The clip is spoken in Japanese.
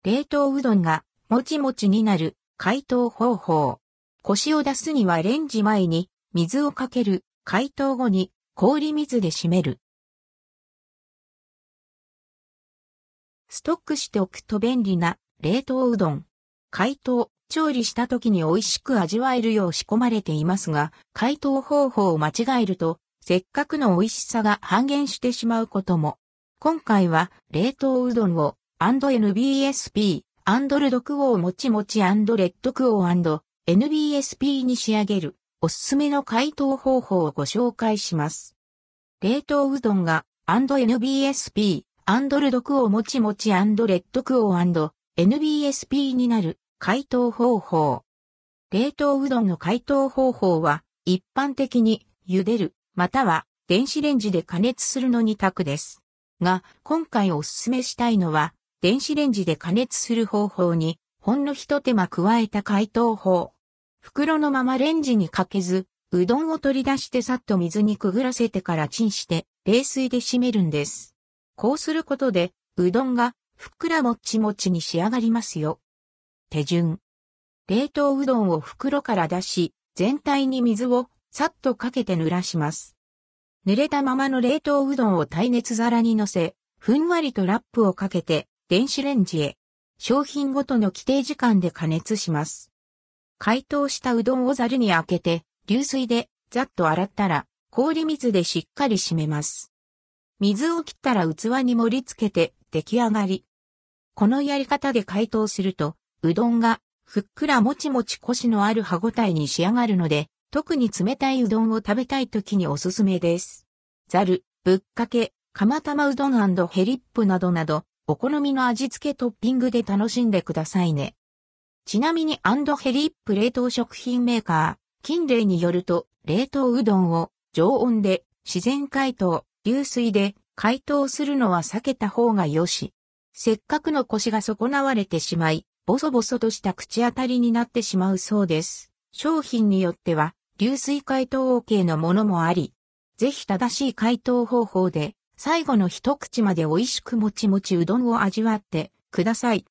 冷凍うどんがもちもちになる解凍方法。コシを出すにはレンジ前に水をかける。解凍後に氷水で締める。ストックしておくと便利な冷凍うどん。解凍、調理した時に美味しく味わえるよう仕込まれていますが、解凍方法を間違えると、せっかくの美味しさが半減してしまうことも。今回は冷凍うどんを&NBSP、ルドクオーもちもち&レッドクオー&NBSP に仕上げる。おすすめの解凍方法をご紹介します。冷凍うどんが&NBSP、ルドクオーもちもち&レッドクオー&NBSP になる解凍方法。冷凍うどんの解凍方法は一般的に茹でるまたは電子レンジで加熱するの2択です。が、今回おすすめしたいのは電子レンジで加熱する方法にほんの一手間加えた解凍法。袋のままレンジにかけず、うどんを取り出してさっと水にくぐらせてからチンして冷水で締めるんです。こうすることで、うどんがふっくらもっちもちに仕上がりますよ。手順。冷凍うどんを袋から出し、全体に水をさっとかけて濡らします。濡れたままの冷凍うどんを耐熱皿に乗せ、ふんわりとラップをかけて電子レンジへ。商品ごとの規定時間で加熱します。解凍したうどんをざるにあけて、流水でざっと洗ったら、氷水でしっかり締めます。水を切ったら器に盛り付けて出来上がり。このやり方で解凍すると、うどんがふっくらもちもちコシのある歯ごたえに仕上がるので、特に冷たいうどんを食べたい時におすすめです。ざる、ぶっかけ、釜玉うどん&ヘリップなどなど、お好みの味付けトッピングで楽しんでくださいね。ちなみにヘリップ冷凍食品メーカー、キンレイによると、冷凍うどんを常温で自然解凍、流水で解凍するのは避けた方がよし。せっかくのコシが損なわれてしまい、ボソボソとした口当たりになってしまうそうです。商品によっては、流水解凍 OK のものもあり、ぜひ正しい解凍方法で、最後の一口まで美味しくもちもちうどんを味わってください。